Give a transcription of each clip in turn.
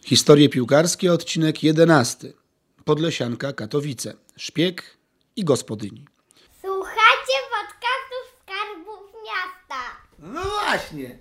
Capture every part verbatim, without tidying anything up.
Historie piłkarskie, odcinek jedenasty. Podlesianka Katowice. Szpieg i gospodyni. Słuchajcie podcastów Skarbów Miasta. No właśnie.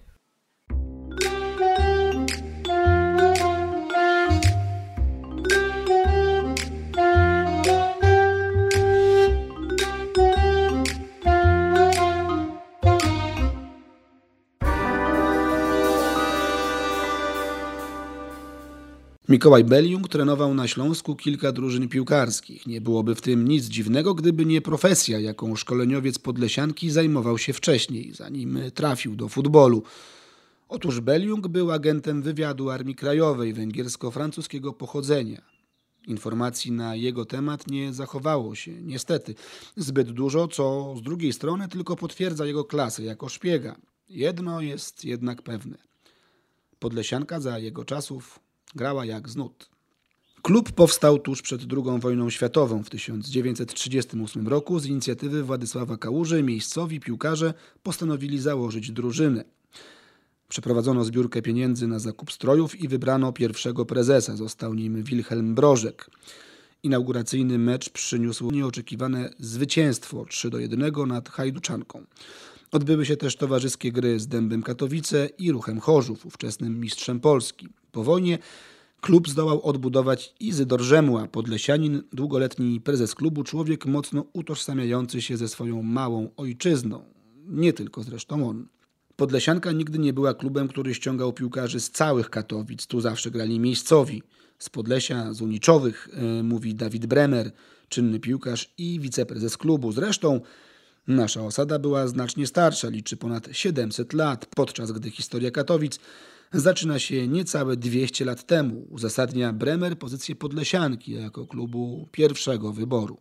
Mikołaj Beliung trenował na Śląsku kilka drużyn piłkarskich. Nie byłoby w tym nic dziwnego, gdyby nie profesja, jaką szkoleniowiec Podlesianki zajmował się wcześniej, zanim trafił do futbolu. Otóż Beliung był agentem wywiadu Armii Krajowej węgiersko-francuskiego pochodzenia. Informacji na jego temat nie zachowało się, niestety, zbyt dużo, co z drugiej strony tylko potwierdza jego klasę jako szpiega. Jedno jest jednak pewne. Podlesianka za jego czasów grała jak z nut. Klub powstał tuż przed drugą wojną światową w tysiąc dziewięćset trzydziestym ósmym roku. Z inicjatywy Władysława Kałuży miejscowi piłkarze postanowili założyć drużynę. Przeprowadzono zbiórkę pieniędzy na zakup strojów i wybrano pierwszego prezesa. Został nim Wilhelm Brożek. Inauguracyjny mecz przyniósł nieoczekiwane zwycięstwo trzy do jednego nad Hajduczanką. Odbyły się też towarzyskie gry z Dębem Katowice i Ruchem Chorzów, ówczesnym mistrzem Polski. Po wojnie klub zdołał odbudować Izydor Rzemła, podlesianin, długoletni prezes klubu, człowiek mocno utożsamiający się ze swoją małą ojczyzną. Nie tylko zresztą on. Podlesianka nigdy nie była klubem, który ściągał piłkarzy z całych Katowic. Tu zawsze grali miejscowi. Z Podlesia, z Uniczowych, yy, mówi Dawid Bremer, czynny piłkarz i wiceprezes klubu. Zresztą nasza osada była znacznie starsza, liczy ponad siedemset lat, podczas gdy historia Katowic zaczyna się niecałe dwieście lat temu. Uzasadnia Bremer pozycję Podlesianki jako klubu pierwszego wyboru.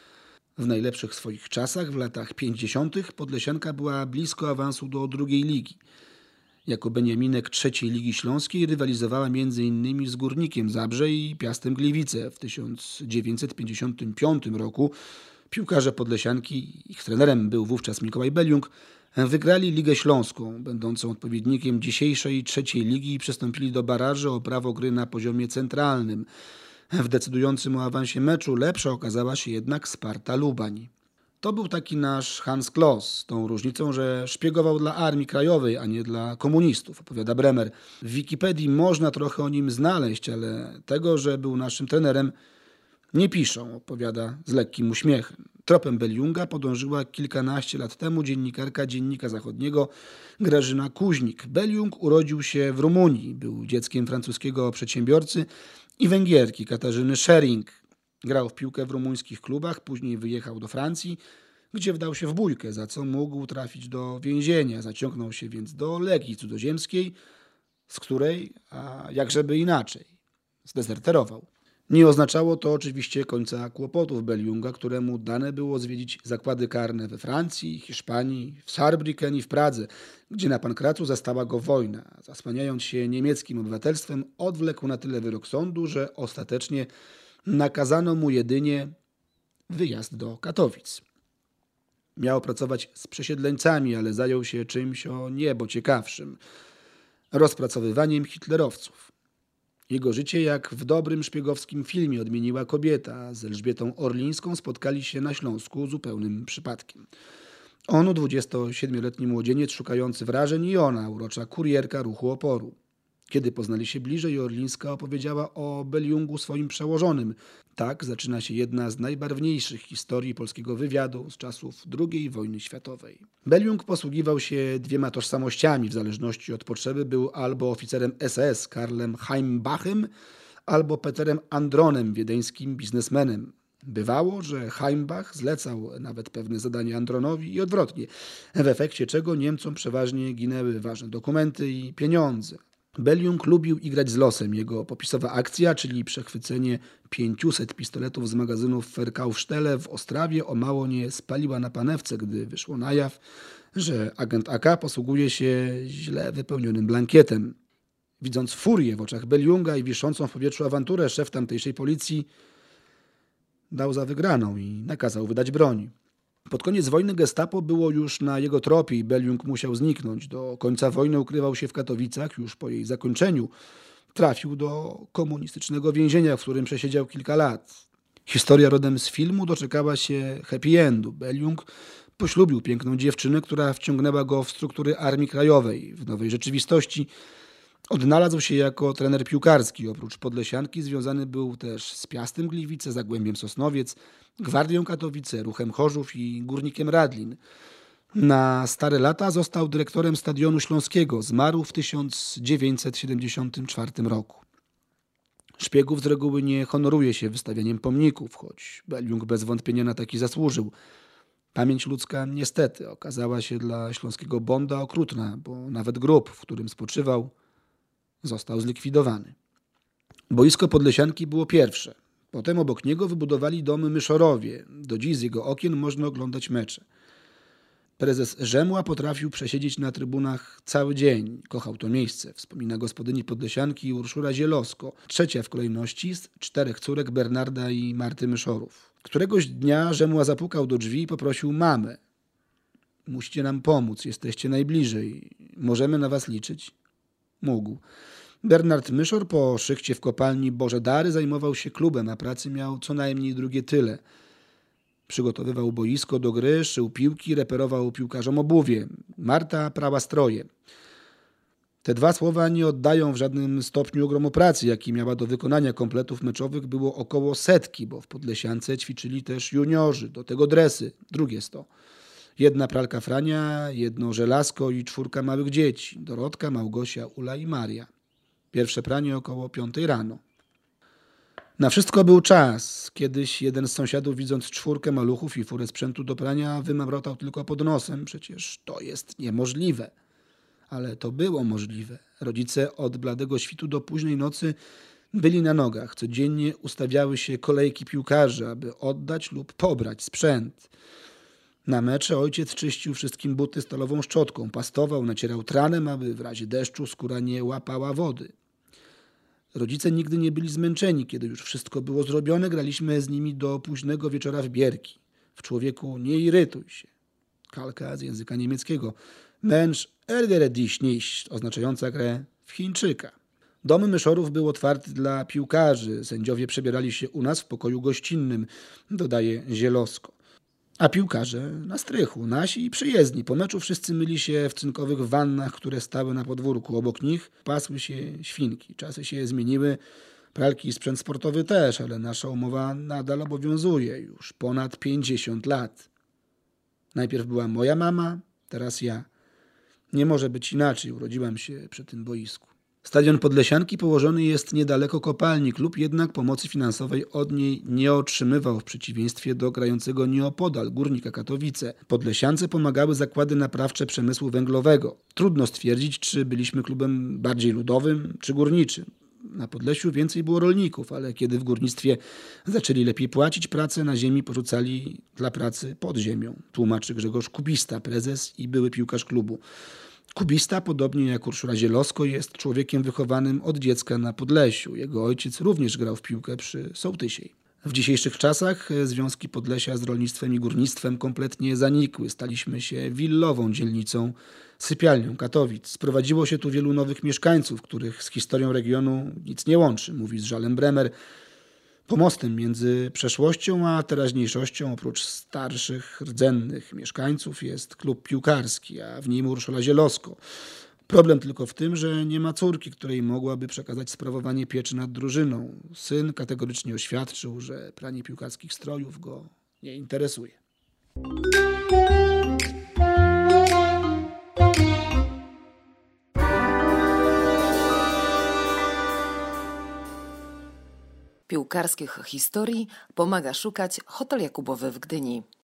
W najlepszych swoich czasach, w latach pięćdziesiątych, Podlesianka była blisko awansu do drugiej ligi. Jako beniaminek trzeciej Ligi Śląskiej rywalizowała między innymi z Górnikiem Zabrze i Piastem Gliwice. W tysiąc dziewięćset pięćdziesiątym piątym roku piłkarze Podlesianki, ich trenerem był wówczas Mikołaj Beliung, wygrali Ligę Śląską, będącą odpowiednikiem dzisiejszej trzeciej ligi, i przystąpili do baraży o prawo gry na poziomie centralnym. W decydującym o awansie meczu lepsza okazała się jednak Sparta Lubań. To był taki nasz Hans Kloss, z tą różnicą, że szpiegował dla Armii Krajowej, a nie dla komunistów, opowiada Bremer. W Wikipedii można trochę o nim znaleźć, ale tego, że był naszym trenerem, nie piszą, opowiada z lekkim uśmiechem. Tropem Beliunga podążyła kilkanaście lat temu dziennikarka Dziennika Zachodniego Grażyna Kuźnik. Beliung urodził się w Rumunii, był dzieckiem francuskiego przedsiębiorcy i Węgierki Katarzyny Schering. Grał w piłkę w rumuńskich klubach, później wyjechał do Francji, gdzie wdał się w bójkę, za co mógł trafić do więzienia. Zaciągnął się więc do Legii Cudzoziemskiej, z której, a jakżeby inaczej, zdezerterował. Nie oznaczało to oczywiście końca kłopotów Beliunga, któremu dane było zwiedzić zakłady karne we Francji, Hiszpanii, w Saarbrücken i w Pradze, gdzie na Pankracu zastała go wojna. Zasłaniając się niemieckim obywatelstwem, odwlekł na tyle wyrok sądu, że ostatecznie nakazano mu jedynie wyjazd do Katowic. Miał pracować z przesiedleńcami, ale zajął się czymś o niebo ciekawszym – rozpracowywaniem hitlerowców. Jego życie, jak w dobrym szpiegowskim filmie, odmieniła kobieta. Z Elżbietą Orlińską spotkali się na Śląsku zupełnym przypadkiem. On, dwudziestosiedmioletni młodzieniec szukający wrażeń, i ona, urocza kurierka ruchu oporu. Kiedy poznali się bliżej, Orlińska opowiedziała o Beliungu swoim przełożonym. Tak zaczyna się jedna z najbarwniejszych historii polskiego wywiadu z czasów drugiej wojny światowej. Beliung posługiwał się dwiema tożsamościami. W zależności od potrzeby był albo oficerem S S Karlem Heimbachem, albo Peterem Andronem, wiedeńskim biznesmenem. Bywało, że Heimbach zlecał nawet pewne zadania Andronowi i odwrotnie, w efekcie czego Niemcom przeważnie ginęły ważne dokumenty i pieniądze. Beliung lubił igrać z losem. Jego popisowa akcja, czyli przechwycenie pięciuset pistoletów z magazynów Verkaufsstelle w Ostrawie, o mało nie spaliła na panewce, gdy wyszło na jaw, że agent A K posługuje się źle wypełnionym blankietem. Widząc furię w oczach Beliunga i wiszącą w powietrzu awanturę, szef tamtejszej policji dał za wygraną i nakazał wydać broń. Pod koniec wojny gestapo było już na jego tropie i Beliung musiał zniknąć. Do końca wojny ukrywał się w Katowicach. Już po jej zakończeniu trafił do komunistycznego więzienia, w którym przesiedział kilka lat. Historia rodem z filmu doczekała się happy endu. Beliung poślubił piękną dziewczynę, która wciągnęła go w struktury Armii Krajowej. W nowej rzeczywistości odnalazł się jako trener piłkarski. Oprócz Podlesianki związany był też z Piastem Gliwice, Zagłębiem Sosnowiec, Gwardią Katowice, Ruchem Chorzów i Górnikiem Radlin. Na stare lata został dyrektorem Stadionu Śląskiego. Zmarł w tysiąc dziewięćset siedemdziesiątym czwartym roku. Szpiegów z reguły nie honoruje się wystawianiem pomników, choć Beliung bez wątpienia na taki zasłużył. Pamięć ludzka niestety okazała się dla śląskiego Bonda okrutna, bo nawet grób, w którym spoczywał, został zlikwidowany. Boisko Podlesianki było pierwsze. Potem obok niego wybudowali dom Myszorowie. Do dziś z jego okien można oglądać mecze. Prezes Rzemła potrafił przesiedzieć na trybunach cały dzień. Kochał to miejsce, wspomina gospodyni Podlesianki Urszula Zielowsko, trzecia w kolejności z czterech córek Bernarda i Marty Myszorów. Któregoś dnia Rzemła zapukał do drzwi i poprosił mamę. Musicie nam pomóc, jesteście najbliżej. Możemy na was liczyć? Mógł. Bernard Myszor po szychcie w kopalni Boże Dary zajmował się klubem, a pracy miał co najmniej drugie tyle. Przygotowywał boisko do gry, szył piłki, reperował piłkarzom obuwie. Marta prała stroje. Te dwa słowa nie oddają w żadnym stopniu ogromu pracy, jaki miała do wykonania. Kompletów meczowych było około setki, bo w Podlesiance ćwiczyli też juniorzy, do tego dresy, drugie sto. Jedna pralka Frania, jedno żelazko i czwórka małych dzieci. Dorotka, Małgosia, Ula i Maria. Pierwsze pranie około piątej rano. Na wszystko był czas. Kiedyś jeden z sąsiadów, widząc czwórkę maluchów i furę sprzętu do prania, wymamrotał tylko pod nosem. Przecież to jest niemożliwe. Ale to było możliwe. Rodzice od bladego świtu do późnej nocy byli na nogach. Codziennie ustawiały się kolejki piłkarzy, aby oddać lub pobrać sprzęt. Na mecze ojciec czyścił wszystkim buty stalową szczotką, pastował, nacierał tranem, aby w razie deszczu skóra nie łapała wody. Rodzice nigdy nie byli zmęczeni. Kiedy już wszystko było zrobione, graliśmy z nimi do późnego wieczora w bierki. W człowieku nie irytuj się. Kalka z języka niemieckiego. Mensch ärgere dich nicht, oznaczająca grę w Chińczyka. Dom Myszorów był otwarty dla piłkarzy. Sędziowie przebierali się u nas w pokoju gościnnym, dodaje Zielowsko. A piłkarze na strychu, nasi i przyjezdni. Po meczu wszyscy myli się w cynkowych wannach, które stały na podwórku. Obok nich pasły się świnki. Czasy się zmieniły, pralki i sprzęt sportowy też, ale nasza umowa nadal obowiązuje już ponad pięćdziesiąt lat. Najpierw była moja mama, teraz ja. Nie może być inaczej, urodziłam się przy tym boisku. Stadion Podlesianki położony jest niedaleko kopalni. Klub jednak pomocy finansowej od niej nie otrzymywał, w przeciwieństwie do grającego nieopodal Górnika Katowice. Podlesiance pomagały zakłady naprawcze przemysłu węglowego. Trudno stwierdzić, czy byliśmy klubem bardziej ludowym czy górniczym. Na Podlesiu więcej było rolników, ale kiedy w górnictwie zaczęli lepiej płacić, pracę na ziemi porzucali dla pracy pod ziemią. Tłumaczy Grzegorz Kubista, prezes i były piłkarz klubu. Kubista, podobnie jak Urszula Zielowsko, jest człowiekiem wychowanym od dziecka na Podlesiu. Jego ojciec również grał w piłkę przy Sołtysiej. W dzisiejszych czasach związki Podlesia z rolnictwem i górnictwem kompletnie zanikły. Staliśmy się willową dzielnicą, sypialnią Katowic. Sprowadziło się tu wielu nowych mieszkańców, których z historią regionu nic nie łączy, mówi z żalem Bremer. Pomostem między przeszłością a teraźniejszością, oprócz starszych, rdzennych mieszkańców, jest klub piłkarski, a w nim Urszula Zielowsko. Problem tylko w tym, że nie ma córki, której mogłaby przekazać sprawowanie pieczy nad drużyną. Syn kategorycznie oświadczył, że pranie piłkarskich strojów go nie interesuje. Piłkarskich historii pomaga szukać Hotel Jakubowy w Gdyni.